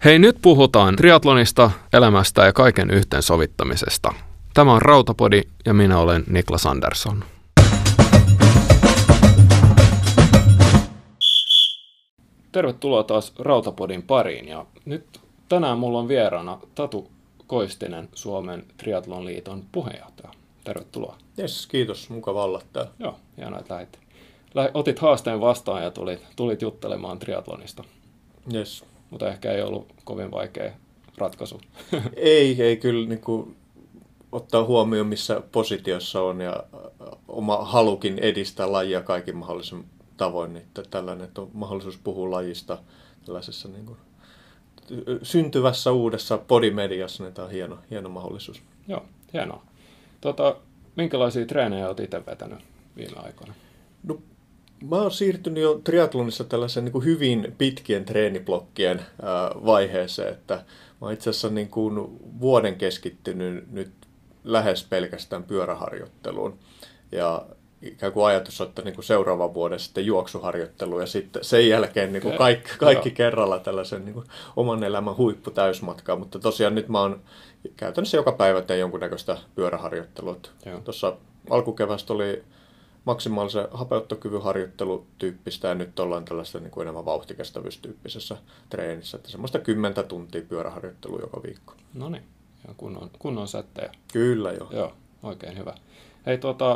Hei, nyt puhutaan triathlonista, elämästä ja kaiken yhteensovittamisesta. Tämä on Rautapodi ja minä olen Niklas Andersson. Tervetuloa taas Rautapodin pariin ja nyt tänään mulla on vieraana Tatu Koistinen, Suomen Triathlon-liiton puheenjohtaja. Tervetuloa. Jes, kiitos. Mukava olla täällä. Joo, hienoa, että otit haasteen vastaan ja tulit juttelemaan triathlonista. Jes. Mutta ehkä ei ollut kovin vaikea ratkaisu. Ei kyllä niin kuin, ottaa huomioon, missä positiossa on ja oma halukin edistää lajia kaikin mahdollisen tavoin. Että tällainen, että on mahdollisuus puhua lajista tällaisessa niin kuin, syntyvässä uudessa podimediassa, niin tämä on hieno mahdollisuus. Joo, hienoa. Minkälaisia treenejä olet itse vetänyt viime aikoina? No, mä oon siirtynyt jo triathlonissa tällaisen niin kuin hyvin pitkien treeniblokkien vaiheeseen, että mä oon itse asiassa niin kuin vuoden keskittynyt nyt lähes pelkästään pyöräharjoitteluun. Ja ikään kuin ajatus on, että niin kuin seuraavan vuoden sitten juoksuharjoittelu ja sitten sen jälkeen niin kuin kaikki kerralla tällaisen niin kuin oman elämän huippu täysmatkaa. Mutta tosiaan nyt mä oon käytännössä joka päivä teen jonkunnäköistä pyöräharjoittelua. Tuossa alkukeväästä oli maksimaalisen hapeuttokyvyn harjoittelutyyppistä ja nyt ollaan tällaista niin kuin enemmän vauhtikestävyystyyppisessä treenissä. Että semmoista 10 tuntia pyöräharjoittelua joka viikko. No niin, kunnon settejä. Kyllä joo. Joo, oikein hyvä. Hei,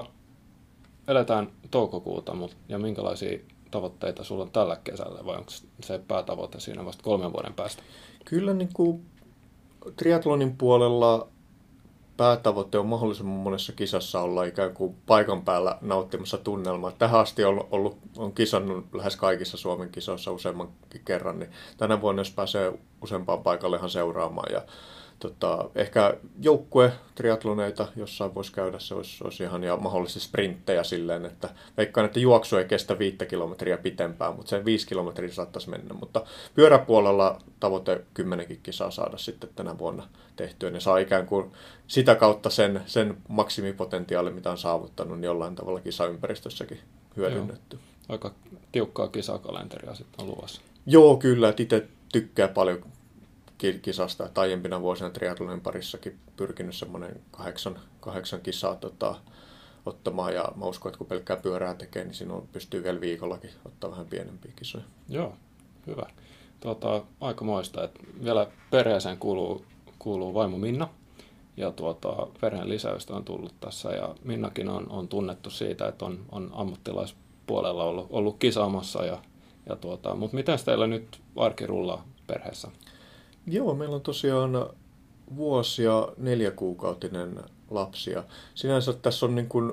eletään toukokuuta, ja minkälaisia tavoitteita sulla on tällä kesällä, vai onko se päätavoite siinä vasta 3 vuoden päästä? Kyllä niin kuin triathlonin puolella päätavoite on mahdollisimman monessa kisassa olla ikään kuin paikan päällä nauttimassa tunnelmaa. Tähän asti on kisannut lähes kaikissa Suomen kisoissa useammankin kerran, niin tänä vuonna jos pääsee useampaan paikallehan seuraamaan. Ja ehkä joukkue triathloneita jossain voisi käydä, se olisi ihan ja mahdollisesti sprinttejä silleen, että veikkaan, että juoksu ei kestä 5 kilometriä pitempään, mutta sen 5 kilometriä saattaisi mennä. Mutta pyöräpuolella tavoite 10 kisaa saada sitten tänä vuonna tehtyä. Ne saa ikään kuin sitä kautta sen maksimipotentiaali, mitä on saavuttanut, niin jollain tavalla kisaympäristössäkin hyödynnetty. Joo. Aika tiukkaa kisakalenteria sitten on luvassa. Joo, kyllä. Itse tykkää paljon kisasta. Aiempina vuosina triathlonin parissakin pyrkinyt semmoinen 8 kisaa ottamaan. Ja mä uskon, että kun pelkkää pyörää tekee, niin siinä pystyy vielä viikollakin ottaa vähän pienempiä kisoja. Joo, hyvä. Aikamoista, että vielä perheeseen kuuluu vaimo Minna. Ja perheen lisäystä on tullut tässä. Ja Minnakin on tunnettu siitä, että on ammattilaispuolella ollut kisaamassa. Mutta miten teillä nyt arki rullaa perheessä? Joo, meillä on tosiaan vuosi ja 4-kuukautinen lapsi. Ja sinänsä tässä on niin kuin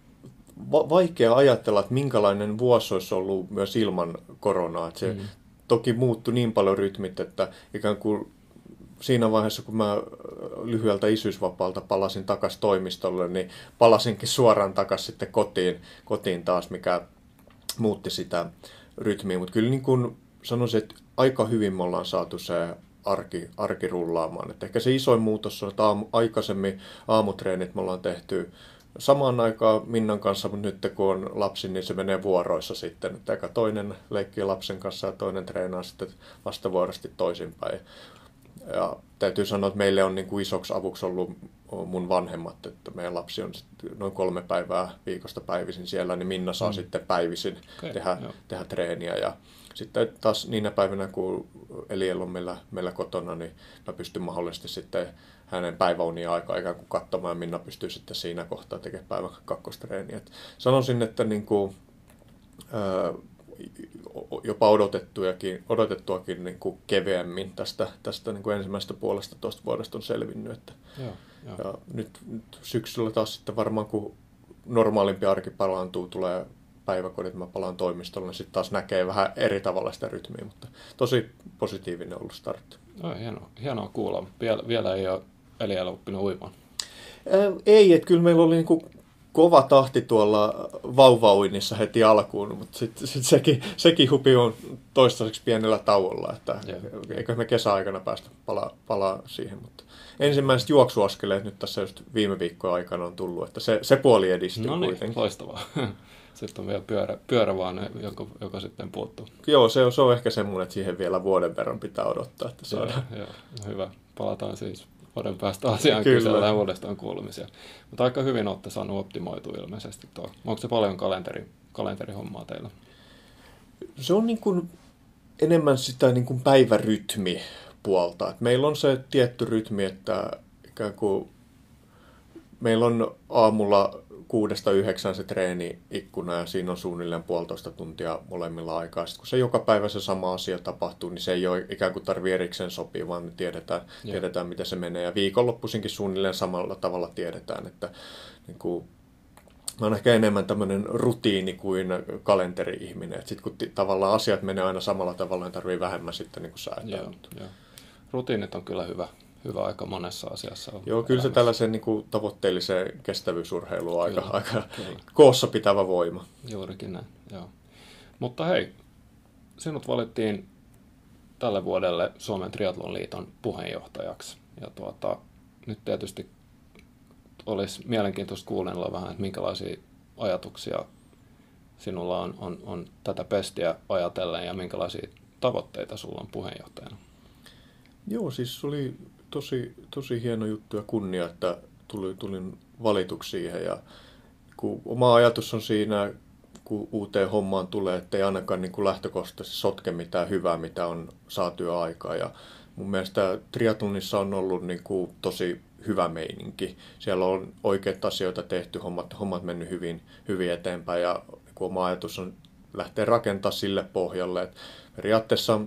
vaikea ajatella, että minkälainen vuosi olisi ollut myös ilman koronaa. Että se toki muuttui niin paljon rytmit, että ikään kuin siinä vaiheessa, kun mä lyhyeltä isyysvapaalta palasin takaisin toimistolle, niin palasinkin suoraan takaisin sitten kotiin taas, mikä muutti sitä rytmiä. Mutta kyllä niin kuin sanoisin, että aika hyvin me ollaan saatu se arki rullaamaan. Että ehkä se isoin muutos on, että aikaisemmin aamutreenit me ollaan tehty samaan aikaan Minnan kanssa, mutta nyt kun on lapsi, niin se menee vuoroissa sitten. Että eka toinen leikkii lapsen kanssa ja toinen treenaa sitten vastavuoroisesti toisinpäin. Ja täytyy sanoa, että meille on niin kuin isoksi avuksi ollut mun vanhemmat, että meidän lapsi on noin 3 päivää viikosta päivisin siellä, niin Minna saa sitten päivisin tehdä treeniä. Ja sitten taas niinä päivinä, kun Eliel on meillä kotona, niin mä pystyn mahdollisesti sitten hänen päiväunia aikaa ikään kuin katsomaan, ja Minna pystyy sitten siinä kohtaa tekemään päivän 2 treeniä. Et sanoisin, että niin kuin, jopa odotettuakin niin kuin keveämmin tästä niin kuin ensimmäisestä puolesta tuosta vuodesta on selvinnyt. Että, ja nyt syksyllä taas sitten varmaan, kun normaalimpi arki palaantuu, tulee päiväkodit, mä palaan toimistolle, niin sitten taas näkee vähän eri tavalla sitä rytmiä, mutta tosi positiivinen ollut startti. Hienoa kuulla. Vielä ei ole Eliel oppinut uimaan. Ei, että kyllä meillä oli niin kuin kova tahti tuolla vauvauinnissa heti alkuun, mutta sitten sekin hupi on toistaiseksi pienellä tauolla, että eikö me kesäaikana päästä palaa siihen, mutta ensimmäiset juoksuaskeleet nyt tässä just viime viikkojen aikana on tullut, että se puoli edistyy kuitenkin. Loistavaa. Sitten on vielä pyörä vaan, joka sitten puuttuu. Joo, se on ehkä semmoinen, että siihen vielä vuoden verran pitää odottaa, että saadaan. Joo, hyvä. Palataan siis vuoden päästä asiaan, kysellään uudestaan kuulumisia. Mutta aika hyvin olette saanut optimoitua ilmeisesti tuo. Onko se paljon kalenterihommaa teillä? Se on niin kuin enemmän sitä niin kuin päivärytmipuolta. Et meillä on se tietty rytmi, että ikään kuin meillä on aamulla 6-9 se treeni-ikkuna ja siinä on suunnilleen 1,5 tuntia molemmilla aikaa. Sitten kun se joka päivä se sama asia tapahtuu, niin se ei ole ikään kuin tarvitse erikseen sopia, vaan me tiedetään miten se menee. Ja viikonloppuisinkin suunnilleen samalla tavalla tiedetään, että niin kuin, mä oon ehkä enemmän tämmöinen rutiini kuin kalenteri-ihminen. Sitten kun tavallaan asiat menee aina samalla tavalla, niin tarvii vähemmän sitten niin kuin säätää. Joo. Rutiinit on kyllä hyvä aika monessa asiassa. Joo, kyllä se tällaisen niin kuin tavoitteelliseen kestävyysurheiluun aika koossa pitävä voima. Juurikin näin, joo. Mutta hei, sinut valittiin tälle vuodelle Suomen Triathlon-liiton puheenjohtajaksi. Ja nyt tietysti olisi mielenkiintoista kuunnella vähän, että minkälaisia ajatuksia sinulla on tätä pestiä ajatellen ja minkälaisia tavoitteita sulla on puheenjohtajana. Joo, siis oli tosi hieno juttu ja kunnia, että tulin valituksi siihen. Ja kun oma ajatus on siinä, kun uuteen hommaan tulee, ettei ainakaan niin kuin lähtökohtaisesti sotke mitään hyvää, mitä on saatu jo aikaa. Ja mun mielestä triathlonissa on ollut niin kuin tosi hyvä meininki. Siellä on oikeita asioita tehty, hommat mennyt hyvin eteenpäin ja niin kuin oma ajatus on lähteä rakentamaan sille pohjalle. Et periaatteessa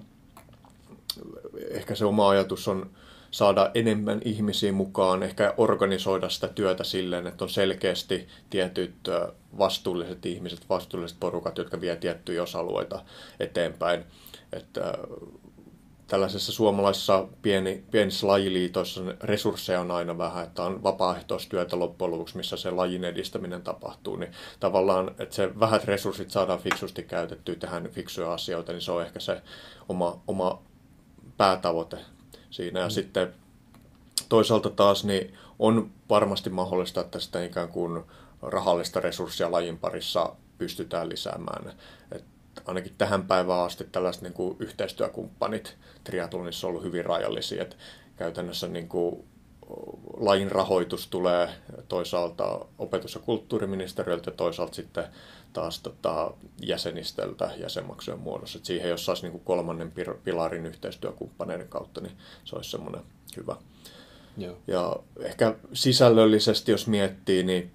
ehkä se oma ajatus on saada enemmän ihmisiä mukaan, ehkä organisoida sitä työtä silleen, että on selkeästi tietyt vastuulliset ihmiset, vastuulliset porukat, jotka vie tiettyjä osa-alueita eteenpäin. Että tällaisessa suomalaisessa pienissä lajiliitoissa resursseja on aina vähän, että on vapaaehtoistyötä loppujen lopuksi, missä se lajin edistäminen tapahtuu, niin tavallaan, että se vähät resurssit saadaan fiksusti käytettyä tähän fiksuja asioita, niin se on ehkä se oma päätavoite siinä. Ja sitten toisaalta taas niin on varmasti mahdollista, että sitä ikään kuin rahallista resurssia lajin parissa pystytään lisäämään. Et ainakin tähän päivään asti tällaiset niin kuin yhteistyökumppanit triathlonissa on ollut hyvin rajallisia. Et käytännössä niin kuin lajin rahoitus tulee toisaalta opetus- ja kulttuuriministeriöltä ja toisaalta sitten taas jäsenistöltä jäsenmaksujen muodossa. Et siihen, jos saisi niin kuin kolmannen pilarin yhteistyökumppaneiden kautta, niin se olisi semmoinen hyvä. Joo. Ja ehkä sisällöllisesti, jos miettii, niin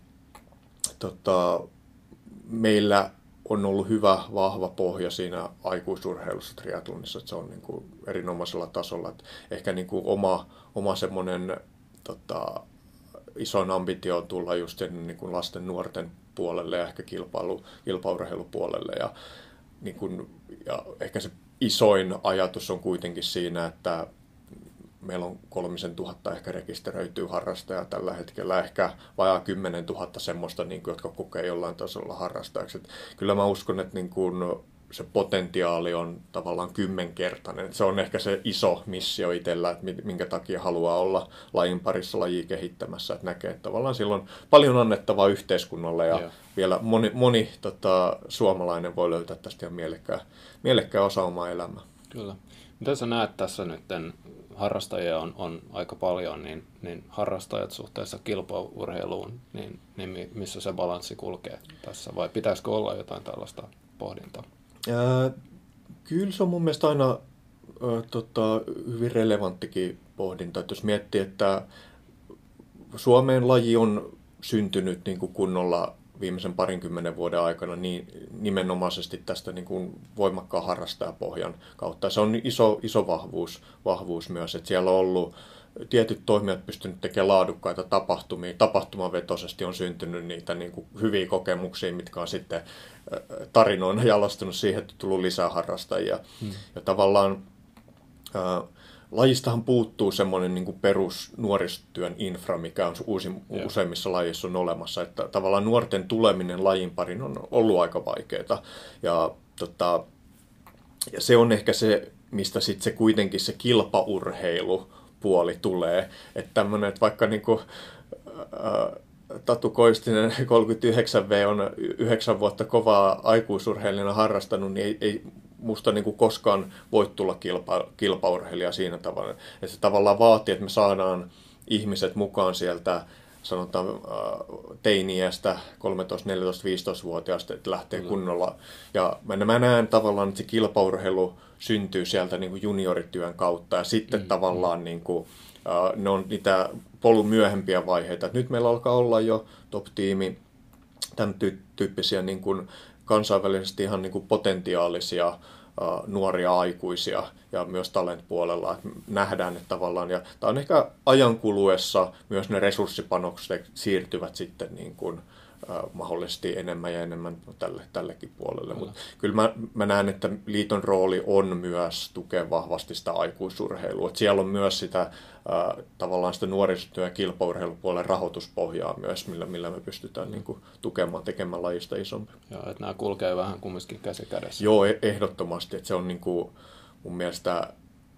meillä on ollut hyvä, vahva pohja siinä aikuisurheilussa triathlonissa, että se on niin kuin erinomaisella tasolla. Että ehkä niin kuin oma semmoinen isoin ambitio on tulla just niin kuin lasten nuorten puolelle ja ehkä kilpaurheilupuolelle. Ja ehkä se isoin ajatus on kuitenkin siinä, että meillä on 3000 ehkä rekisteröityy harrastajaa tällä hetkellä, ehkä vajaa 10 000 semmoista, niin kuin, jotka kokee jollain tasolla harrastajaksi. Että kyllä mä uskon, että niin kuin se potentiaali on tavallaan 10-kertainen. Se on ehkä se iso missio itsellä, että minkä takia haluaa olla lajin parissa lajia kehittämässä. Että näkee, että tavallaan silloin paljon annettavaa yhteiskunnalle ja vielä moni suomalainen voi löytää tästä ihan mielekkää osa omaa elämää. Kyllä. Miten sä näet tässä nyt, harrastajia on aika paljon, niin harrastajat suhteessa kilpaurheiluun, niin missä se balanssi kulkee tässä, vai pitäisikö olla jotain tällaista pohdintaa? Kyllä se on mun mielestä aina hyvin relevanttikin pohdinta, että jos miettii, että Suomeen laji on syntynyt niin kuin kunnolla viimeisen 20 vuoden aikana niin nimenomaisesti tästä niin kuin voimakkaan harrastajapohjan kautta. Se on iso vahvuus myös, että siellä on ollut tietyt toimijat pystynyt tekemään laadukkaita tapahtumia. Tapahtumavetoisesti on syntynyt niitä niin kuin hyviä kokemuksia, mitkä on sitten tarinoina jalostunut siihen, että on tullut lisää harrastajia. Ja tavallaan lajistahan puuttuu semmoinen niin kuin perusnuorisotyön infra, mikä on useimmissa lajeissa on olemassa. Että tavallaan nuorten tuleminen lajin parin on ollut aika vaikeaa. Ja se on ehkä se, mistä sitten se kuitenkin se kilpaurheilupuoli tulee. Että tämmöinen, että vaikka niinku, Tatu Koistinen 39V on 9 vuotta kovaa aikuisurheilijana harrastanut, niin ei musta niinku koskaan voi tulla kilpaurheilija siinä tavalla. Että se tavallaan vaatii, että me saadaan ihmiset mukaan sieltä sanotaan teini-iästä 13, 14, 15-vuotiaasta, että lähtee kunnolla. Ja mä näen tavallaan, että se kilpaurheilu syntyy sieltä niin kuin juniorityön kautta ja sitten tavallaan niin kuin, ne on niitä polun myöhempiä vaiheita. Nyt meillä alkaa olla jo top-tiimi, tämän tyyppisiä niin kuin kansainvälisesti ihan niin kuin potentiaalisia nuoria aikuisia ja myös talent-puolella, että nähdään, että tavallaan, ja tämä on ehkä ajan kuluessa myös ne resurssipanokset siirtyvät sitten niin kuin, mahdollisesti enemmän ja enemmän tällekin puolelle. Mutta kyllä mä näen, että liiton rooli on myös tukea vahvasti sitä aikuisurheilua. Että siellä on myös sitä tavallaan sitä nuorisotyö- ja kilpaurheilupuolen rahoituspohjaa myös, millä me pystytään niin kuin, tukemaan, tekemään lajista isompi. Joo, että nämä kulkee vähän kumminkin käsi kädessä. Joo, ehdottomasti. Että se on niin kuin, mun mielestä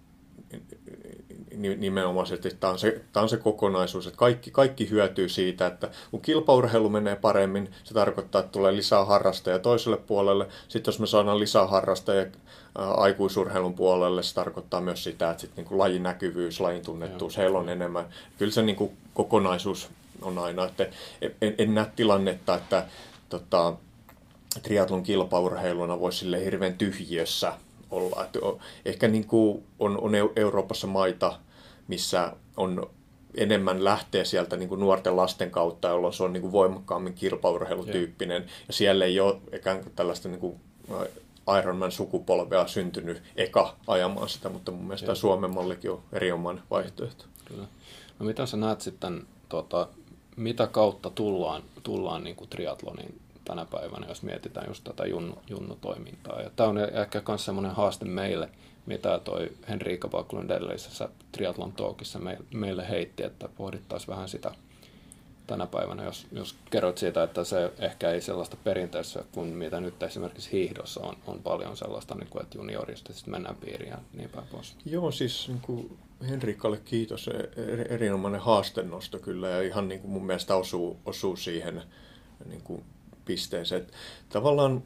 nimenomaisesti, että tämä on se kokonaisuus, että kaikki hyötyy siitä, että kun kilpaurheilu menee paremmin, se tarkoittaa, että tulee lisää harrastajia toiselle puolelle. Sitten jos me saadaan lisää harrastajia aikuisurheilun puolelle, se tarkoittaa myös sitä, että sitten niin lajin näkyvyys, lajin tunnettuus, heillä on enemmän. Kyllä se niin kuin kokonaisuus on aina, että en näe tilannetta, että triathlon kilpaurheiluna voisi sille hirveän tyhjiössä olla. Että ehkä niin kuin on Euroopassa maita, missä on enemmän lähtee sieltä niin kuin nuorten lasten kautta, jolloin se on niin kuin voimakkaammin kilpaurheilutyyppinen. Ja siellä ei ole ikään kuin tällaista niin kuin Ironman-sukupolvea syntynyt eka ajamaan sitä, mutta mun mielestä Suomen mallikin on erinomainen vaihtoehto. Kyllä. No mitä sä näet sitten, mitä kautta tullaan niin kuin triathloniin tänä päivänä, jos mietitään just tätä junnutoimintaa. Ja tämä on ehkä myös semmoinen haaste meille, mitä toi Henriika Backlund edellisessä Triathlon Talkissa meille heitti, että pohdittaisiin vähän sitä tänä päivänä, jos kerrot siitä, että se ehkä ei sellaista perinteessä kuin mitä nyt esimerkiksi hiihdossa on paljon sellaista, niin kuin, että juniorista sitten mennään piiriin ja niin päin pois. Joo, siis niin kuin Henriikalle kiitos, erinomainen haastennosto kyllä ja ihan niin kuin mun mielestä osuu siihen niin kuin pisteeseen. Tavallaan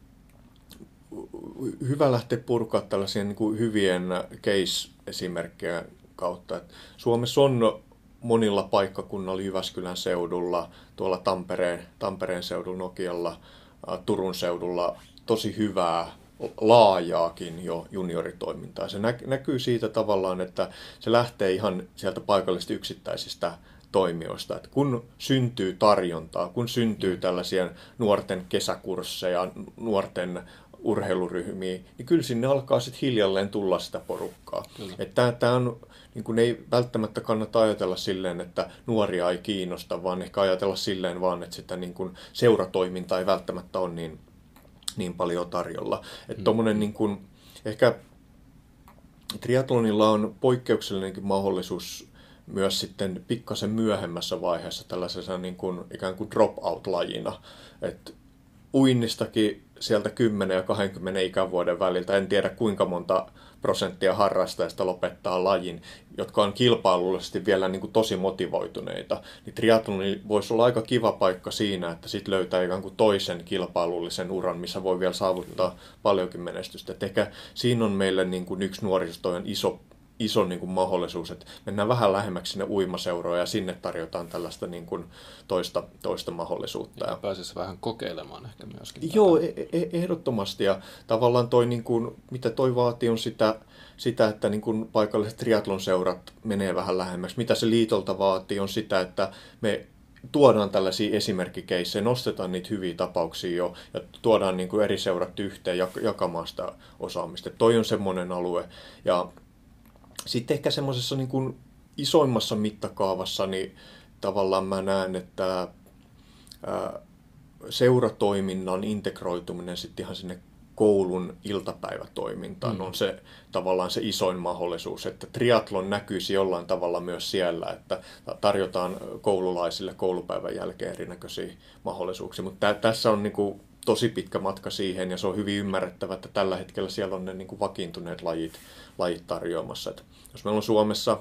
hyvä lähteä purkaa tällaisia niin kuin hyvien case-esimerkkejä kautta. Et Suomessa on monilla paikkakunnalla, Jyväskylän seudulla, tuolla Tampereen seudulla, Nokialla, Turun seudulla tosi hyvää, laajaakin jo junioritoimintaa. Se näkyy siitä tavallaan, että se lähtee ihan sieltä paikallisista yksittäisistä toimijoista. Että kun syntyy tarjontaa, kun syntyy tällaisia nuorten kesäkursseja, nuorten urheiluryhmiä, niin kyllä sinne alkaa sitten hiljalleen tulla sitä porukkaa. Tämä on, niin kuin ei välttämättä kannata ajatella silleen, että nuoria ei kiinnosta, vaan ehkä ajatella silleen vaan, että sitä niin kuin seuratoimintaa ei välttämättä ole niin paljon tarjolla. Että tommonen niin kuin, ehkä triathlonilla on poikkeuksellinenkin mahdollisuus myös sitten pikkasen myöhemmässä vaiheessa tällaisena niin kuin, ikään kuin drop-out-lajina. Et uinnistakin sieltä 10 ja 20 ikävuoden väliltä, en tiedä kuinka monta prosenttia harrastajista lopettaa lajin, jotka on kilpailullisesti vielä niin kuin tosi motivoituneita. Niin triathloni voisi olla aika kiva paikka siinä, että sit löytää ikään kuin toisen kilpailullisen uran, missä voi vielä saavuttaa paljonkin menestystä. Et ehkä siinä on meille niin kuin yksi nuorisotojen iso niin kuin mahdollisuus, että mennään vähän lähemmäksi sinne uimaseuroon ja sinne tarjotaan tällaista niin kuin toista mahdollisuutta. Ja pääsisi vähän kokeilemaan ehkä myöskin. Joo, ehdottomasti. Ja tavallaan toi, niin kuin, mitä toi vaatii, on sitä että niin kuin paikalliset triathlon-seurat menee vähän lähemmäksi. Mitä se liitolta vaatii, on sitä, että me tuodaan tällaisia esimerkkikeissejä, nostetaan niitä hyviä tapauksia jo ja tuodaan niin kuin eri seurat yhteen jakamaan sitä osaamista. Toi on semmoinen alue. Ja sitten ehkä semmoisessa niin kuin isoimmassa mittakaavassa niin tavallaan mä näen, että seuratoiminnan integroituminen sitten ihan sinne koulun iltapäivätoimintaan on se tavallaan se isoin mahdollisuus, että triathlon näkyisi jollain tavalla myös siellä, että tarjotaan koululaisille koulupäivän jälkeen erinäköisiä mahdollisuuksia, mutta tässä on niin kuin tosi pitkä matka siihen ja se on hyvin ymmärrettävä, että tällä hetkellä siellä on ne niin kuin vakiintuneet lajit tarjoamassa. Että jos meillä on Suomessa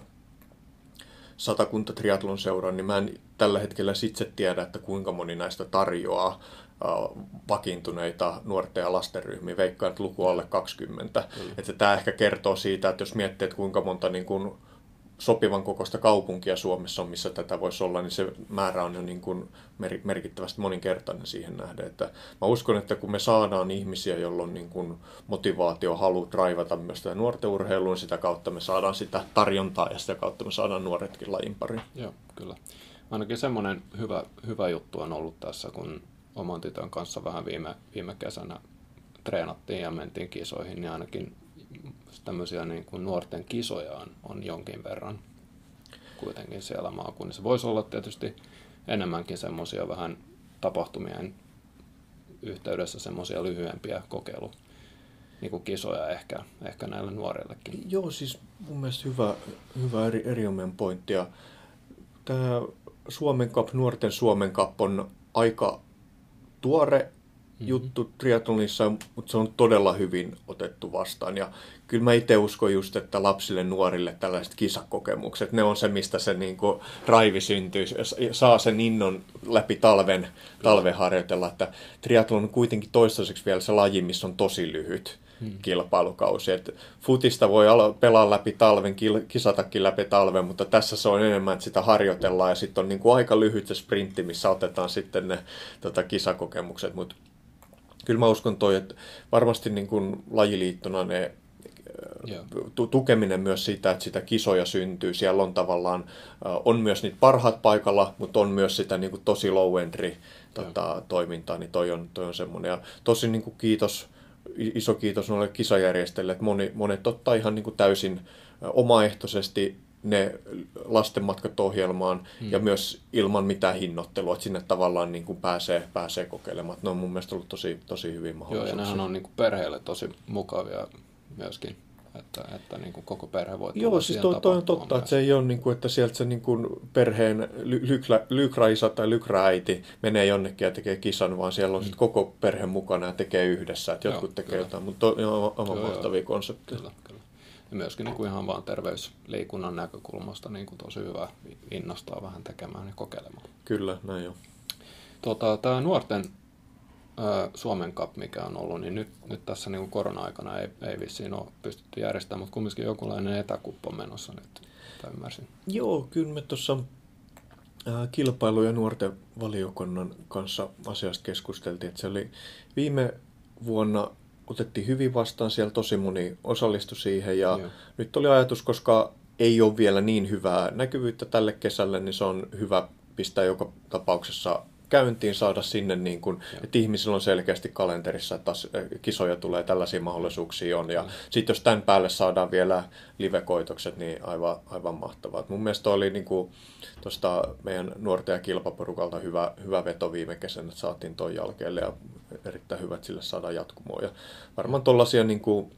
Satakunta triathlon seuraa, niin mä en tällä hetkellä itse tiedä, että kuinka moni näistä tarjoaa vakiintuneita nuorten ja lastenryhmiä. Veikkaan, että luku alle 20. Että tämä ehkä kertoo siitä, että jos miettii, että kuinka monta niin kuin sopivan kokoista kaupunkia Suomessa on, missä tätä voisi olla, niin se määrä on jo niin kuin merkittävästi moninkertainen siihen nähden. Että mä uskon, että kun me saadaan ihmisiä, joilla on niin kuin motivaatio, halu draivata myös tätä nuorten urheiluun, sitä kautta me saadaan sitä tarjontaa ja sitä kautta me saadaan nuoretkin lajin pariin. Joo, kyllä. Ainakin semmoinen hyvä juttu on ollut tässä, kun oman tytön kanssa vähän viime kesänä treenattiin ja mentiin kisoihin, niin ainakin tämmöisiä niin kuin nuorten kisoja on jonkin verran kuitenkin siellä maakunnissa. Voisi olla tietysti enemmänkin semmoisia vähän tapahtumien yhteydessä semmoisia lyhyempiä kokeilu niin kuin kisoja ehkä näille nuorillekin. Joo, siis mun mielestä hyvä erinomainen pointti. Ja tämä Suomen Cup, nuorten Suomen Cup on aika tuore juttu triathlonissa, mutta se on todella hyvin otettu vastaan. Ja kyllä mä itse uskon just, että lapsille, nuorille tällaiset kisakokemukset, ne on se, mistä se niinku raivi syntyy, saa sen innon läpi talven harjoitella. Että triathlon on kuitenkin toistaiseksi vielä se laji, missä on tosi lyhyt kilpailukausi. Et futista voi pelaa läpi talven, kisatakin läpi talven, mutta tässä se on enemmän, että sitä harjoitellaan ja sitten on niinku aika lyhyt se sprintti, missä otetaan sitten ne kisakokemukset. Mut kyllä mä uskon että varmasti niin kuin lajiliittona ne tukeminen myös sitä, että sitä kisoja syntyy. Siellä on tavallaan, on myös niitä parhaat paikalla, mutta on myös sitä niin kuin tosi low entry toimintaa, niin toi on semmoinen. Ja tosi niin kuin iso kiitos noille kisajärjestäjille, että monet ottaa ihan niin kuin täysin omaehtoisesti ne lastenmatkat ohjelmaan ja myös ilman mitään hinnoittelua, että sinne tavallaan niin kuin pääsee kokeilemaan. Ne on mun mielestä ollut tosi hyvin mahdollisuuksia. Joo, ja nehän on niin kuin perheelle tosi mukavia myöskin, että niin kuin koko perhe voi tulla. Joo, siis toi on totta, että se ei ole niin kuin, että sieltä se niin kuin perheen lykräisä tai lykrääiti menee jonnekin ja tekee kisan, vaan siellä on koko perhe mukana ja tekee yhdessä, että jotkut tekee jotain, mutta on aivan mahtavia konsepteja. Kyllä. Ja myöskin niin kuin ihan vaan terveysliikunnan näkökulmasta niin kuin tosi hyvä innostaa vähän tekemään ja kokeilemaan. Kyllä, näin on. Tämä nuorten Suomen Cup, mikä on ollut, niin nyt tässä niin kuin korona-aikana ei vissiin ole pystytty järjestämään, mutta kumminkin jonkunlainen etäkuppo menossa nyt, tai ymmärsin. Joo, kyllä me tuossa kilpailu- ja nuorten valiokunnan kanssa asiasta keskusteltiin, että se oli viime vuonna otettiin hyvin vastaan, siellä tosi moni osallistui siihen ja nyt oli ajatus, koska ei ole vielä niin hyvää näkyvyyttä tälle kesälle, niin se on hyvä pistää joka tapauksessa käyntiin, saada sinne, niin kuin, että ihmisillä on selkeästi kalenterissa, että kisoja tulee, tällaisia mahdollisuuksia on. Ja sitten jos tämän päälle saadaan vielä live-koitokset, niin aivan mahtavaa. Mun mielestä oli niin kuin, tuosta meidän nuorten ja kilpaporukalta hyvä veto viime kesänä, että saatiin toi jälkeelle ja erittäin hyvä, että sille saadaan jatkumoa. Ja varmaan tuollaisia niin kuin,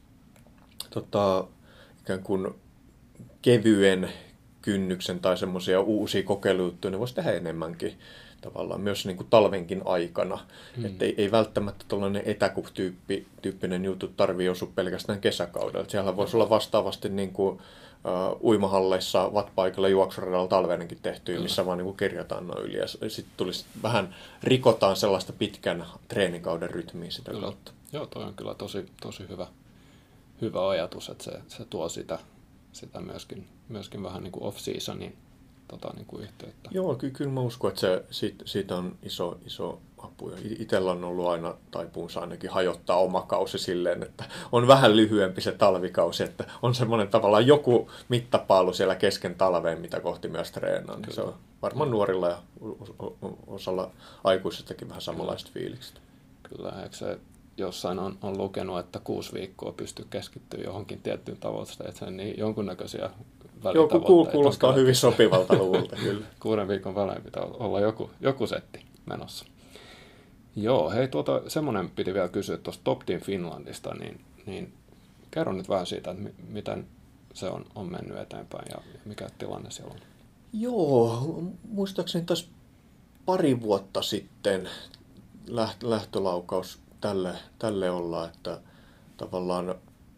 ikään kuin kevyen kynnyksen tai semmoisia uusia kokeilujuttuja, ne voisi tehdä enemmänkin tavallaan myös niin kuin talvenkin aikana. Että ei välttämättä tuollainen etäkup-tyyppinen juttu tarvitse osua pelkästään kesäkaudella. Siellä voisi olla vastaavasti niin kuin, uimahalleissa, watt-paikalla, juoksuradalla talvenenkin tehtyä, missä vaan niin kuin kirjataan noin yli. Ja sitten tulisi vähän, rikotaan sellaista pitkän treenikauden rytmiä sitä kautta. Joo, toi on kyllä tosi hyvä ajatus, että se tuo sitä myöskin vähän niin kuin off-seasonin niin kuin yhteyttä. Joo, kyllä mä uskon, että siitä on iso apu. Itsellä on ollut aina taipuunsa ainakin hajottaa oma kausi silleen, että on vähän lyhyempi se talvikausi, että on semmoinen tavallaan joku mittapaalu siellä kesken talveen, mitä kohti myös treenaa. Niin se on varmaan nuorilla ja osalla aikuisistakin vähän samanlaista fiilikset. Kyllä, eikö se jossain on lukenut, että 6 viikkoa pystyy keskittyä johonkin tiettyyn tavoitteeseen, niin jonkunnäköisiä Joku kuulostaa hyvin sopivalta luvulta, kyllä. 6 viikon välein pitää olla joku setti menossa. Joo, hei semmoinen piti vielä kysyä tuosta Top Team Finlandista, niin kerro nyt vähän siitä, että miten se on mennyt eteenpäin ja mikä tilanne siellä on. Joo, muistaakseni taas pari vuotta sitten lähtölaukaus tälle olla, että tavallaan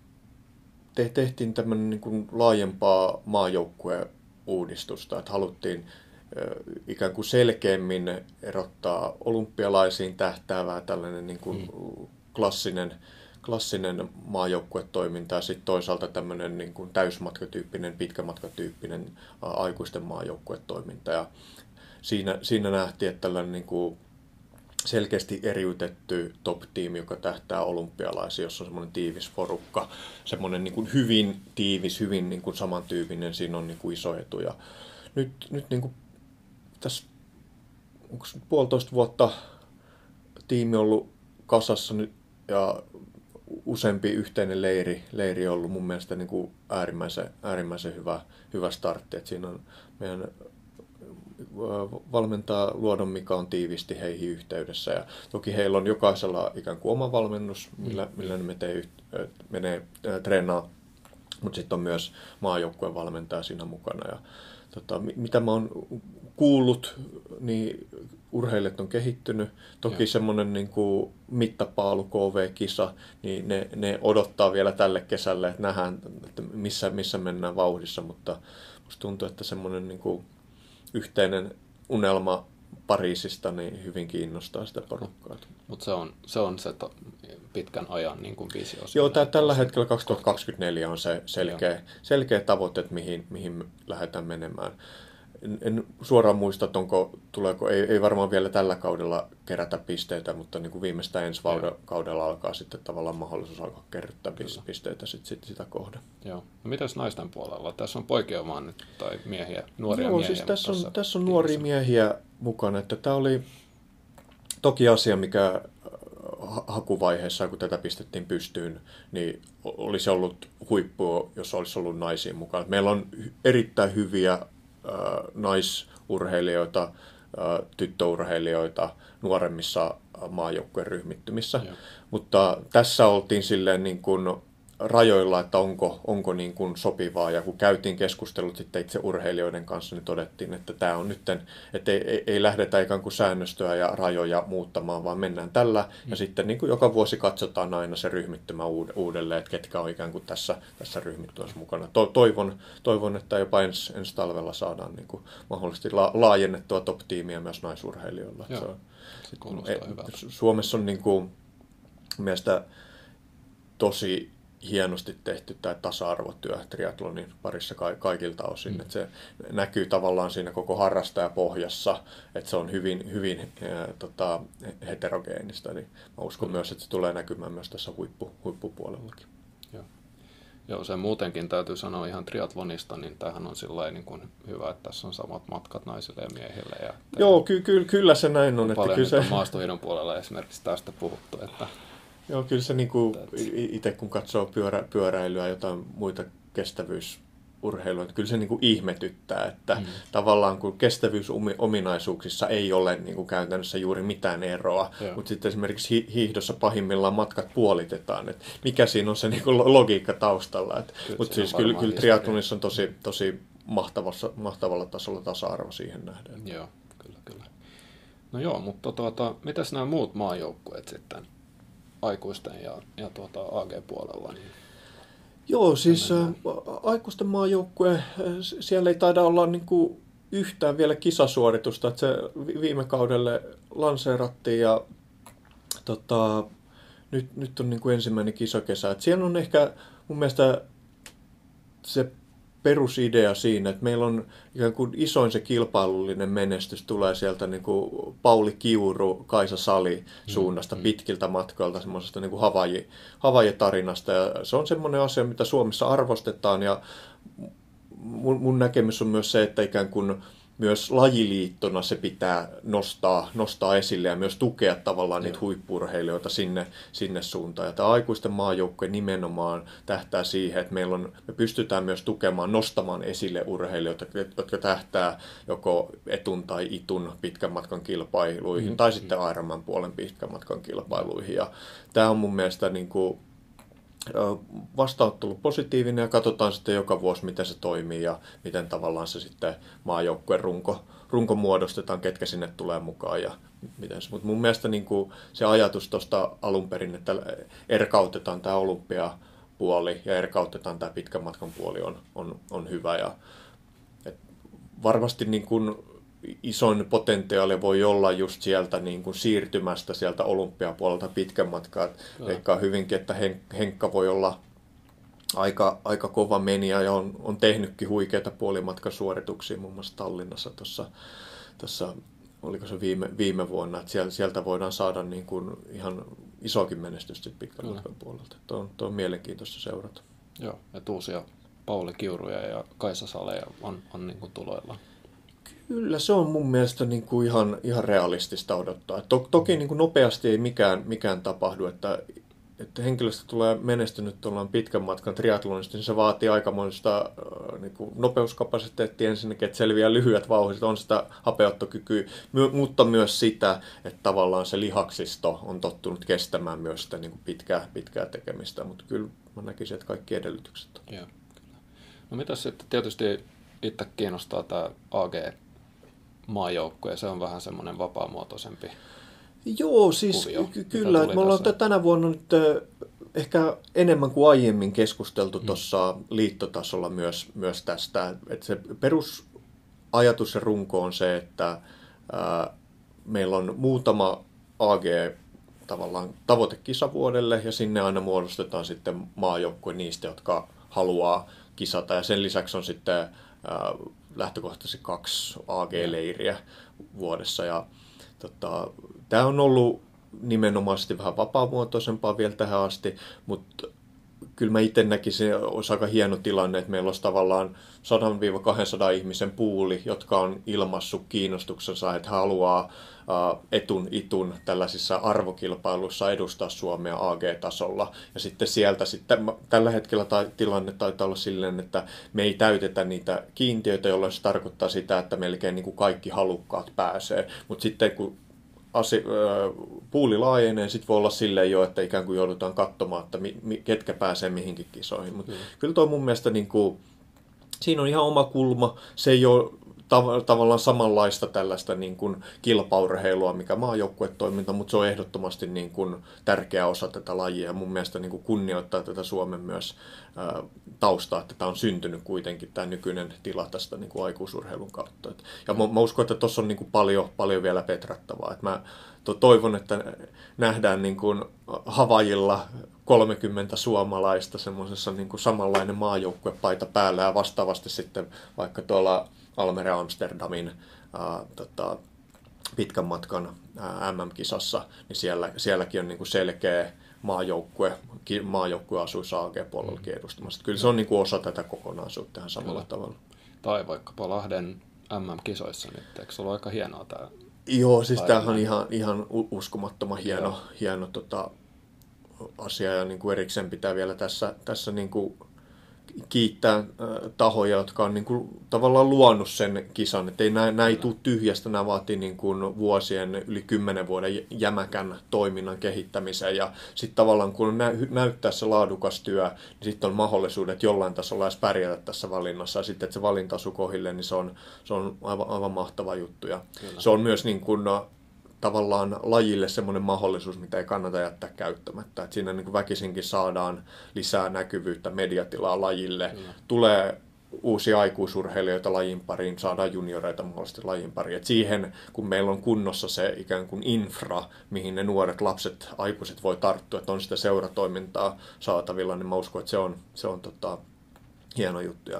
tehtiin tämmöinen niin kuin laajempaa maajoukkueuudistusta, että haluttiin ikään kuin selkeämmin erottaa olympialaisiin tähtäävää tällainen niin kuin klassinen maajoukkuetoiminta ja sitten toisaalta tämmöinen niin kuin täysmatkatyyppinen, pitkämatkatyyppinen aikuisten maajoukkuetoiminta. Ja siinä nähtiin, että tällainen niin kuin selkeästi eriytetty top-tiimi, joka tähtää olympialaisiin, jossa on semmoinen tiivis porukka, semmoinen niin kuin hyvin tiivis, hyvin niin kuin samantyyppinen, siinä on niin kuin iso etu. Ja nyt niin kuin tässä onko 1,5 vuotta tiimi ollut kasassa nyt ja useampi yhteinen leiri on ollut mun mielestä niin kuin äärimmäisen hyvä startti. Et siinä on meidän valmentaa Luodon Mika on tiivisti heihin yhteydessä ja toki heillä on jokaisella ikään kuin oma valmennus, millä ne menee treenaa, mutta sitten on myös maajoukkueen valmentaja siinä mukana. Ja, mitä mä oon kuullut, niin urheilijat on kehittynyt. Toki semmoinen niin kuin mittapaalu KV-kisa, niin ne odottaa vielä tälle kesälle, että nähdään, että missä mennään vauhdissa, mutta musta tuntuu, että semmoinen niin kuin yhteinen unelma Pariisista niin hyvin kiinnostaa sitä porukkaa. Mutta se on se pitkän ajan niin kuin visio. Joo, tällä hetkellä 2024 on se selkeä tavoite, että mihin lähdetään menemään. En suoraan muista, että tuleeko, ei varmaan vielä tällä kaudella kerätä pisteitä, mutta niin kuin viimeistään ensi kaudella alkaa sitten tavallaan mahdollisuus alkaa kerryttää pisteitä sitä kohden. Joo. No mitäs naisten puolella? Tässä on poikia vaan nyt, tai miehiä, nuoria miehiä. Siis tässä on nuoria miehiä mukana. Että tämä oli toki asia, mikä hakuvaiheessa, kun tätä pistettiin pystyyn, niin olisi ollut huippua, jos olisi ollut naisia mukaan. Meillä on erittäin hyviä naisurheilijoita, tyttöurheilijoita nuoremmissa maajoukkueen ryhmittymissä. Mutta tässä oltiin silleen niin kuin rajoilla, että onko niin kuin sopivaa. Ja kun käytiin keskustelut sitten itse urheilijoiden kanssa, niin todettiin, että tämä on nyt, että ei lähdetä ikään kuin säännöstöä ja rajoja muuttamaan, vaan mennään tällä. Ja sitten niin kuin joka vuosi katsotaan aina se ryhmittymä uudelleen, että ketkä on ikään kuin tässä ryhmittymässä mukana. Toivon, että jopa ensi talvella saadaan niin kuin mahdollisesti laajennettua top-tiimiä myös naisurheilijoilla. Joo, se kuulostaa hyvältä. Suomessa on niin kuin mielestäni tosi hienosti tehty tämä tasa-arvotyö triathlonin parissa kaikilta osin. Että se näkyy tavallaan siinä koko harrastajapohjassa, että se on hyvin heterogeenista. Niin mä uskon myös, että se tulee näkymään myös tässä huippupuolellakin. Joo, se muutenkin täytyy sanoa ihan triathlonista, niin tämähän on sillä niin kuin hyvä, että tässä on samat matkat naisille ja miehille. Ja joo, kyllä se näin on. Paljon nyt on maastohiidon puolella esimerkiksi tästä puhuttu, että joo, kyllä se niin itse kun katsoo pyöräilyä ja jotain muita kestävyysurheilua, kyllä se niin kuin ihmetyttää, että tavallaan kun kestävyysominaisuuksissa ei ole niin kuin käytännössä juuri mitään eroa, mutta sitten esimerkiksi hiihdossa pahimmillaan matkat puolitetaan, että mikä siinä on se niin kuin logiikka taustalla. Mutta siis kyllä triathlonissa on tosi mahtavalla tasolla tasa-arvo siihen nähden. Joo, kyllä. No joo, mutta mitäs nämä muut maajoukkueet sitten? Aikuisten ja AG-puolella. Niin joo, siis aikuisten maajoukkue, siellä ei taida olla niin kuin yhtään vielä kisasuoritusta, että se viime kaudelle lanseerattiin ja nyt on niin kuin ensimmäinen kisakesä. Että siellä on ehkä mun mielestä se perusidea siinä, että meillä on ikään kuin isoin se kilpailullinen menestys tulee sieltä niin kuin Pauli Kiuru, Kaisa Sali suunnasta pitkiltä matkoilta, semmoisesta niin kuin Havaji-tarinasta. Ja se on semmoinen asia, mitä Suomessa arvostetaan ja mun näkemys on myös se, että ikään kuin myös lajiliittona se pitää nostaa esille ja myös tukea tavallaan niitä huippu-urheilijoita sinne suuntaan. Ja tämä aikuisten maajoukkue nimenomaan tähtää siihen, että me pystytään myös tukemaan, nostamaan esille urheilijoita, jotka tähtää joko etun tai itun pitkän matkan kilpailuihin tai sitten Ironman puolen pitkän matkan kilpailuihin. Ja tämä on mun mielestä niin kuin vastaanottelu positiivinen ja katsotaan sitten joka vuosi, miten se toimii ja miten tavallaan se sitten maajoukkueen runko muodostetaan, ketkä sinne tulee mukaan ja miten se. Mutta mun mielestä niin kuin se ajatus tuosta alun perin, että erkautetaan tämä olympiapuoli ja erkautetaan tämä pitkän matkan puoli on hyvä ja varmasti niin kuin isoin potentiaali voi olla just sieltä niin kuin siirtymästä sieltä olympiapuolelta pitkän matkaa. Veikkaan hyvinkin, että Henkka voi olla aika kova menijä ja on tehnytkin huikeita puolimatkasuorituksia muun muassa Tallinnassa tuossa oliko se viime vuonna, että sieltä voidaan saada niin kuin ihan isokin menestystä pitkän matkan puolelta. Tuo on mielenkiintoista seurata. Joo, että uusia Pauli Kiuruja ja Kaisa Saleja on niin kuin tuloilla. Kyllä se on mun mielestä niin kuin ihan realistista odottaa. Toki niin kuin nopeasti ei mikään tapahdu, että henkilöstä tulee menestynyt tuollaan pitkän matkan triathlonista, niin se vaatii aikamoista niin kuin nopeuskapasiteettia ensinnäkin, että selviää lyhyet vauhdit, on sitä hapeuttokykyä, mutta myös sitä, että tavallaan se lihaksisto on tottunut kestämään myös sitä niin kuin pitkää tekemistä, mutta kyllä mä näkisin, että kaikki edellytykset on. Joo, kyllä. No mitäs sitten tietysti itse kiinnostaa tämä AG-maajoukkue, ja se on vähän semmoinen vapaamuotoisempi. Joo, siis kyllä. Me ollaan tänä vuonna nyt ehkä enemmän kuin aiemmin keskusteltu tuossa liittotasolla myös tästä. Että se perusajatus ja runko on se, että meillä on muutama AG tavallaan tavoitekisa vuodelle ja sinne aina muodostetaan sitten maajoukkue niistä, jotka haluaa kisata. Ja sen lisäksi on sitten lähtökohtaisesti 2 AG-leiriä vuodessa. Ja tämä on ollut nimenomaisesti vähän vapaamuotoisempaa vielä tähän asti, mutta kyllä mä itse näkisin, olisi aika hieno tilanne, että meillä olisi tavallaan 100-200 ihmisen puuli, jotka on ilmaissut kiinnostuksensa, että haluaa itun tällaisissa arvokilpailuissa edustaa Suomea AG-tasolla. Ja sitten sieltä tällä hetkellä tilanne taitaa olla silleen, että me ei täytetä niitä kiintiöitä, jolloin se tarkoittaa sitä, että melkein niin kuin kaikki halukkaat pääsee. Mutta sitten kun puuli laajenee, sitten voi olla silleen jo, että ikään kuin joudutaan katsomaan, että ketkä pääsee mihinkin kisoihin. Mutta kyllä toi mun mielestä niin kuin, siinä on ihan oma kulma. Se ei ole tavallaan samanlaista tällaista niin kuin kilpaurheilua, mikä maajoukkuetoiminta, mutta se on ehdottomasti niin kuin tärkeä osa tätä lajia ja mun mielestä niin kuin kunnioittaa tätä Suomen myös taustaa, että tämä on syntynyt kuitenkin tämä nykyinen tila tästä niin kuin aikuisurheilun kautta. Ja mä uskon, että tuossa on niin kuin paljon vielä petrattavaa. Että mä toivon, että nähdään niin kuin Havaijilla 30 suomalaista semmoisessa niin kuin samanlainen maajoukkuepaita päällä ja vastaavasti sitten vaikka tuolla Almere Amsterdamin pitkän matkan MM-kisassa, niin sielläkin on niin kuin selkeä maajoukkue asuisi AG-puolellakin edustamassa. Kyllä se on niin kuin osa tätä kokonaisuutta ihan samalla tavalla. Tai vaikkapa Lahden MM-kisoissa nyt, eikö se ole aika hienoa tämä? Joo, siis tämähän on ihan uskomattoman hieno asia ja niin kuin erikseen pitää vielä tässä niin kuin kiittää tahoja, jotka on niin kuin tavallaan luonut sen kisan. Että nämä ei tule tyhjästä, nämä vaatii niin kuin vuosien, yli 10 vuoden jämäkän toiminnan kehittämisen. Ja sitten tavallaan kun näyttää se laadukas työ, niin sitten on mahdollisuudet jollain tasolla edes pärjätä tässä valinnassa. Ja sitten, että se valinta osuu kohille, niin se on aivan mahtava juttu. Ja se on myös niin kuin tavallaan lajille semmoinen mahdollisuus, mitä ei kannata jättää käyttämättä. Että siinä niin kuin väkisinkin saadaan lisää näkyvyyttä, mediatilaa lajille. Tulee uusia aikuisurheilijoita lajin pariin, saadaan junioreita mahdollisesti lajin pariin. Et siihen, kun meillä on kunnossa se ikään kuin infra, mihin ne nuoret lapset, aikuiset voi tarttua, että on sitä seuratoimintaa saatavilla, niin mä uskon, että se on hieno juttu. Ja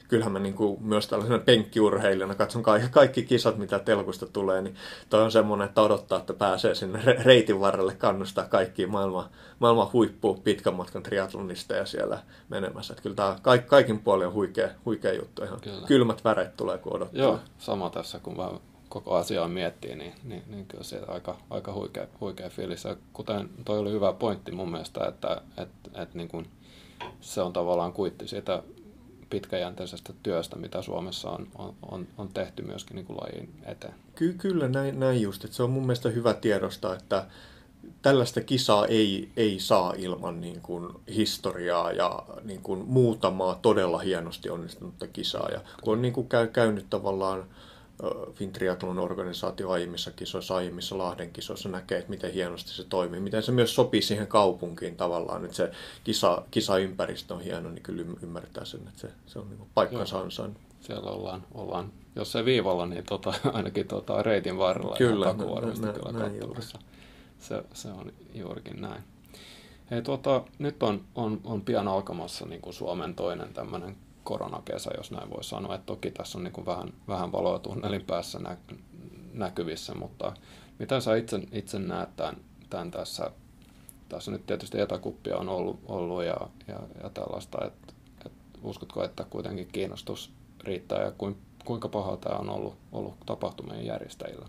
kyllähän mä niin kuin myös tällaisena penkkiurheilijana katson kaikki kisat, mitä telkusta tulee, niin toi on semmoinen, että odottaa, että pääsee sinne reitin varrelle kannustaa kaikkia maailman huippu pitkän matkan triatlonisteja siellä menemässä. Että kyllä tämä kaikin puolin on huikea juttu. Ihan kyllä. Kylmät väreet tulee, kun odottaa. Joo, sama tässä, kun vaan koko asiaa miettii, niin kyllä se aika huikea fiilis. Ja kuten toi oli hyvä pointti mun mielestä, että niin kuin se on tavallaan kuitti siitä pitkäjänteisestä työstä, mitä Suomessa on tehty myöskin niin kuin lajin eteen. Kyllä näin just. Että se on mun mielestä hyvä tiedostaa, että tällaista kisaa ei saa ilman niin kuin historiaa ja niin kuin muutamaa todella hienosti onnistunutta kisaa. Ja kun on niin kuin käynyt tavallaan Fintriathlon organisaatio aiemmissa Lahden kisoissa näkee, että miten hienosti se toimii, miten se myös sopii siihen kaupunkiin tavallaan, että se kisaympäristö on hieno, niin kyllä ymmärtää sen, että se on niin kuin paikkansa ansainnut. Siellä ollaan, jos ei viivalla, niin ainakin reitin varrella kyllä, ja takuvarmasti kyllä katsomassa. Se on juurikin näin. Hei, nyt on pian alkamassa niin kuin Suomen toinen tämmöinen koronakesä, jos näin voi sanoa. Et toki tässä on niin kuin vähän valoa tunnelin päässä näkyvissä, mutta mitä sä itse näet tämän tässä nyt tietysti etäkuppia on ollut ja tällaista, että uskotko, että kuitenkin kiinnostus riittää ja kuinka paha tämä on ollut tapahtumien järjestäjillä?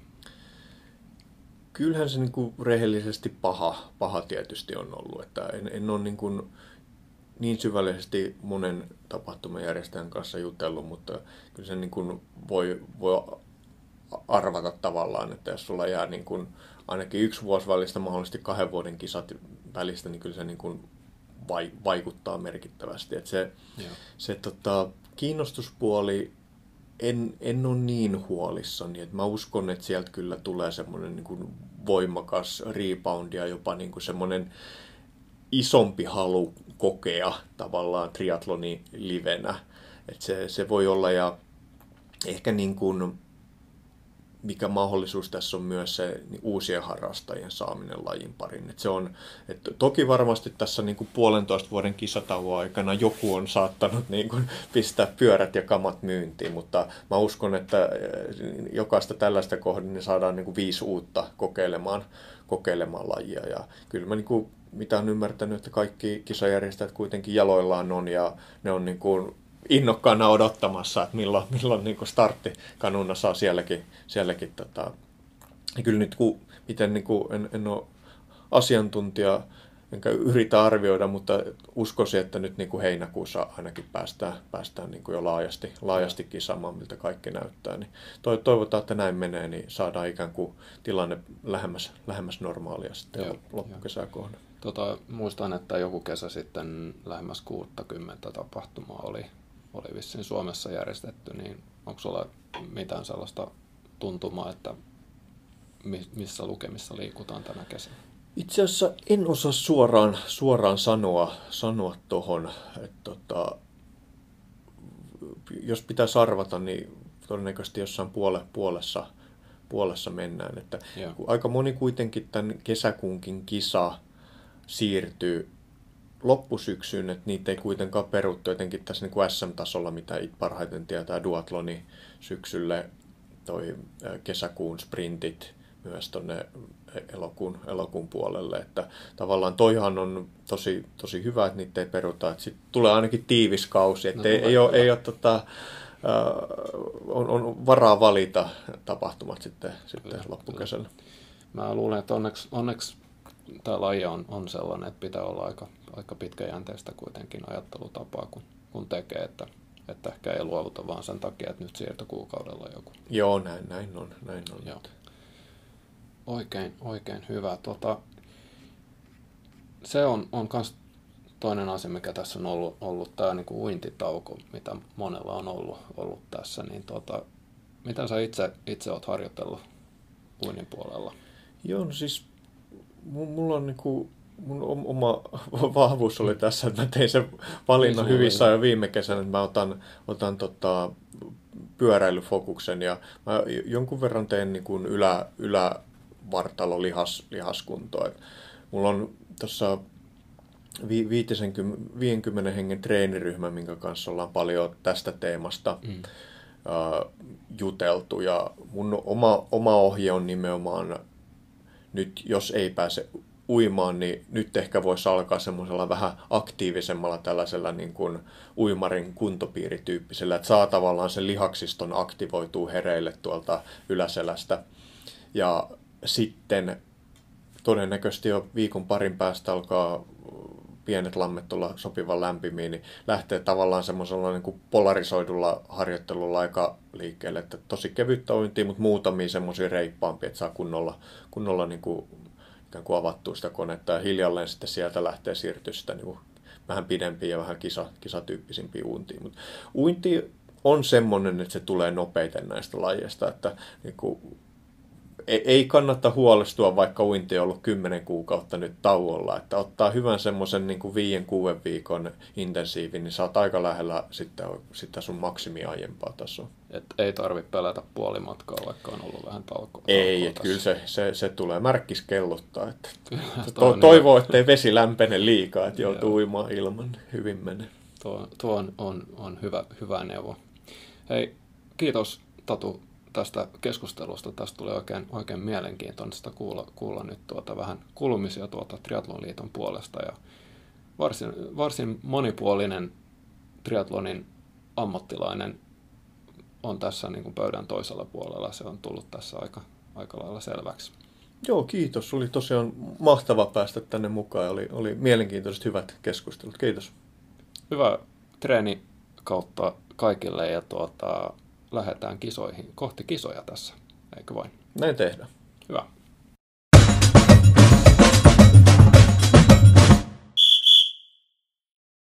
Kyllähän se niin kuin rehellisesti paha tietysti on ollut, että en ole niin syvällisesti monen tapahtumajärjestäjän kanssa jutellut, mutta kyllä se niin kuin voi arvata tavallaan, että jos sulla jää niin kuin ainakin 1 vuosi välistä, mahdollisesti 2 vuoden kisat välistä, niin kyllä se niin kuin vaikuttaa merkittävästi. Että se kiinnostuspuoli en ole niin huolissani, että mä uskon, että sieltä kyllä tulee semmoinen niin kuin voimakas rebound ja jopa niin kuin semmoinen isompi halu kokea tavallaan triathloni livenä. Että se voi olla, ja ehkä niin kuin, mikä mahdollisuus tässä on myös se niin uusien harrastajien saaminen lajin pariin. Että toki varmasti tässä niin kuin 1,5 vuoden kisatauon aikana joku on saattanut niin kuin pistää pyörät ja kamat myyntiin, mutta mä uskon, että jokaista tällaista kohden niin saadaan niin kuin 5 uutta kokeilemaan lajia. Ja kyllä mä niin kuin, mitä on ymmärtänyt, että kaikki kisajärjestäjät kuitenkin jaloillaan on ja ne on niin kuin innokkaana odottamassa, että milloin niin kuin starttikanuna saa sielläkin ja kyllä nyt miten niin kuin en ole asiantuntija enkä yritä arvioida, mutta uskoisin, että nyt niin kuin heinäkuussa ainakin päästään niin kuin jo laajasti kisaamaan, miltä kaikki näyttää. Niin toivotaan, että näin menee, niin saadaan ikään kuin tilanne lähemmäs normaalia sitten loppukesää kohden. Muistan, että joku kesä sitten lähemmäs 60 tapahtumaa oli vissiin Suomessa järjestetty, niin onko sulla mitään sellaista tuntumaa, että missä lukemissa liikutaan tänä kesänä? Itse asiassa en osaa suoraan sanoa tuohon, että jos pitäisi arvata, niin todennäköisesti jossain puolessa mennään. Että aika moni kuitenkin tämän kesäkuunkin kisa siirtyy loppusyksyyn, että niitä ei kuitenkaan peruttu jotenkin tässä niin kuin SM-tasolla, mitä parhaiten tietää duatloni syksylle, toi kesäkuun sprintit myös tuonne elokuun puolelle, että tavallaan toihan on tosi hyvä, että niitä ei peruta, että sitten tulee ainakin tiivis kausi, että ei ole on varaa valita tapahtumat sitten loppukesänä. Mä luulen, että onneksi tämä laji on sellainen, että pitää olla aika pitkäjänteistä kuitenkin ajattelutapaa, kun tekee, että ehkä ei luovuta vaan sen takia, että nyt siirtokuukaudella joku. Joo, näin on. Joo. Oikein hyvä. Se on myös toinen asia, mikä tässä on ollut tämä niinku uintitauko, mitä monella on ollut tässä. Niin mitä sä itse olet harjoitellut uinnin puolella? Joo, no siis mulla on niinku, mun oma vahvuus oli tässä, että mä tein sen valinnan hyvissä jo viime kesänä, että mä otan pyöräilyfokuksen ja mä jonkun verran teen niin kuin ylävartalo lihaskuntoa. Mulla on tuossa 50 hengen treeniryhmä, minkä kanssa ollaan paljon tästä teemasta juteltu. Ja mun oma ohje on nimenomaan nyt, jos ei pääse uimaan, niin nyt ehkä voisi alkaa semmoisella vähän aktiivisemmalla tällaisella niin kuin uimarin kuntopiirityyppisellä, että saa tavallaan sen lihaksiston aktivoituu hereille tuolta yläselästä. Ja sitten todennäköisesti jo viikon parin päästä alkaa pienet lammet olla sopivan lämpimiä, niin lähtee tavallaan semmoisella niin kuin polarisoidulla harjoittelulla aika liikkeelle, että tosi kevyttä uintia, mutta muutamia semmoisia reippaampia, että saa kunnolla niin kuin, ikään kuin avattua sitä konetta ja hiljalleen sitten sieltä lähtee siirtyä sitä niin kuin vähän pidempiä ja vähän kisatyyppisimpiä uintiin. Mutta uinti on semmoinen, että se tulee nopeiten näistä lajeista, että niin kuin, ei kannata huolestua, vaikka uinti on ollut 10 kuukautta nyt tauolla, että ottaa hyvän semmoisen niin kuin 5-6 viikon intensiivin, niin saat aika lähellä sitten sun maksimi aiempaa tasoa. Et ei tarvitse pelätä puolimatkaa, vaikka on ollut vähän taukoa. Ei, että kyllä se tulee märkkis kellottaa. Että toivoo, ettei vesi lämpene liikaa, että joutuu uimaan ilman, hyvin menee. Tuo on hyvä neuvo. Hei, kiitos Tatu tästä keskustelusta. Tästä tuli oikein mielenkiintoista kuulla nyt vähän kulmisia Triathlon-liiton puolesta. Ja varsin monipuolinen triathlonin ammattilainen on tässä niin kuin pöydän toisella puolella. Se on tullut tässä aika lailla selväksi. Joo, kiitos. Oli tosiaan mahtava päästä tänne mukaan. Oli mielenkiintoiset hyvät keskustelut. Kiitos. Hyvä treeni kautta kaikille ja lähdetään kohti kisoja tässä, eikö vain? Näin tehdään. Hyvä.